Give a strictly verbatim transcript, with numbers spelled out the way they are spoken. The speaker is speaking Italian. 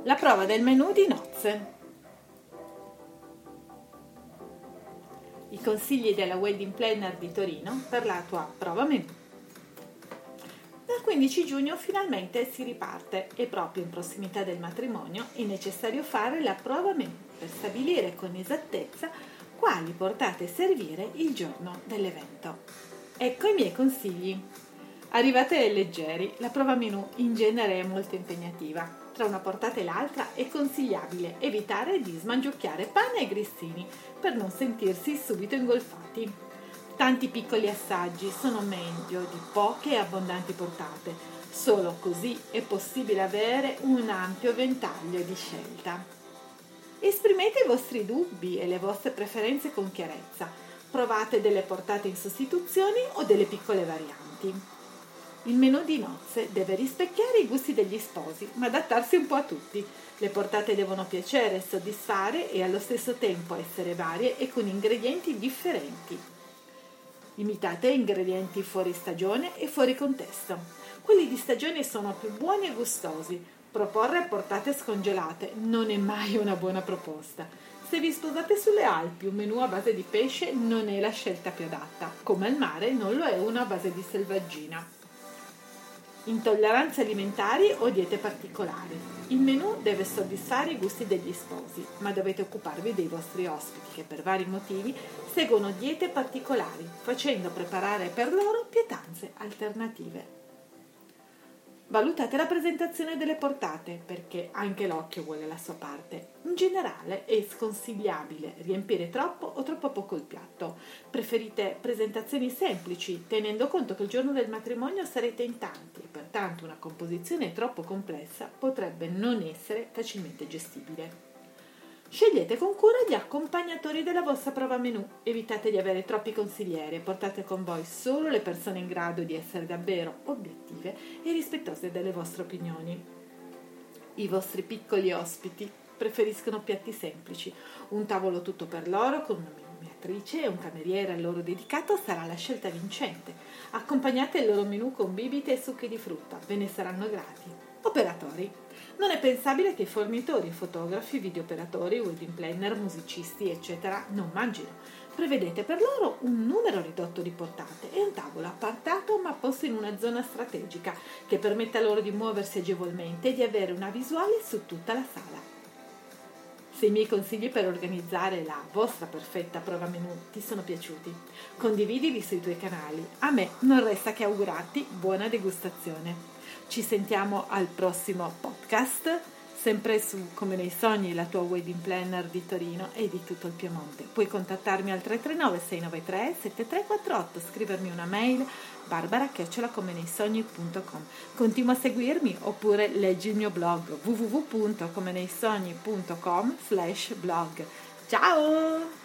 La prova del menù di nozze. I consigli della Wedding Planner di Torino per la tua prova menù. Dal quindici giugno finalmente si riparte e proprio in prossimità del matrimonio è necessario fare la prova menù per stabilire con esattezza quali portate servire il giorno dell'evento. Ecco i miei consigli. Arrivate leggeri, la prova menù in genere è molto impegnativa. Tra una portata e l'altra è consigliabile evitare di smangiucchiare pane e grissini per non sentirsi subito ingolfati. Tanti piccoli assaggi sono meglio di poche e abbondanti portate, solo così è possibile avere un ampio ventaglio di scelta. Esprimete i vostri dubbi e le vostre preferenze con chiarezza, provate delle portate in sostituzioni o delle piccole varianti. Il menù di nozze deve rispecchiare i gusti degli sposi, ma adattarsi un po' a tutti. Le portate devono piacere, soddisfare e allo stesso tempo essere varie e con ingredienti differenti. Imitate ingredienti fuori stagione e fuori contesto. Quelli di stagione sono più buoni e gustosi. Proporre portate scongelate non è mai una buona proposta. Se vi sposate sulle Alpi, un menù a base di pesce non è la scelta più adatta, come al mare non lo è uno a base di selvaggina. Intolleranze alimentari o diete particolari. Il menù deve soddisfare i gusti degli sposi, ma dovete occuparvi dei vostri ospiti che per vari motivi seguono diete particolari, facendo preparare per loro pietanze alternative. Valutate la presentazione delle portate, perché anche l'occhio vuole la sua parte. In generale è sconsigliabile riempire troppo o troppo poco il piatto. Preferite presentazioni semplici, tenendo conto che il giorno del matrimonio sarete in tanti e pertanto una composizione troppo complessa potrebbe non essere facilmente gestibile. Scegliete con cura gli accompagnatori della vostra prova menù, evitate di avere troppi consiglieri e portate con voi solo le persone in grado di essere davvero obiettive e rispettose delle vostre opinioni. I vostri piccoli ospiti preferiscono piatti semplici, un tavolo tutto per loro con una menuiatrice e un cameriere a loro dedicato sarà la scelta vincente. Accompagnate il loro menù con bibite e succhi di frutta, ve ne saranno grati. Operatori. Non è pensabile che fornitori, fotografi, videooperatori, wedding planner, musicisti, eccetera non mangino. Prevedete per loro un numero ridotto di portate e un tavolo appartato ma posto in una zona strategica che permetta loro di muoversi agevolmente e di avere una visuale su tutta la sala. Se i miei consigli per organizzare la vostra perfetta prova menù ti sono piaciuti, condividili sui tuoi canali. A me non resta che augurarti buona degustazione. Ci sentiamo al prossimo podcast, sempre su Come nei sogni, la tua wedding planner di Torino e di tutto il Piemonte. Puoi contattarmi al tre tre nove sei nove tre sette tre quattro otto, scrivermi una mail barbara chiocciola come nei sogni punto com. Continua a seguirmi oppure leggi il mio blog w w w punto come nei sogni punto com slash blog. Ciao!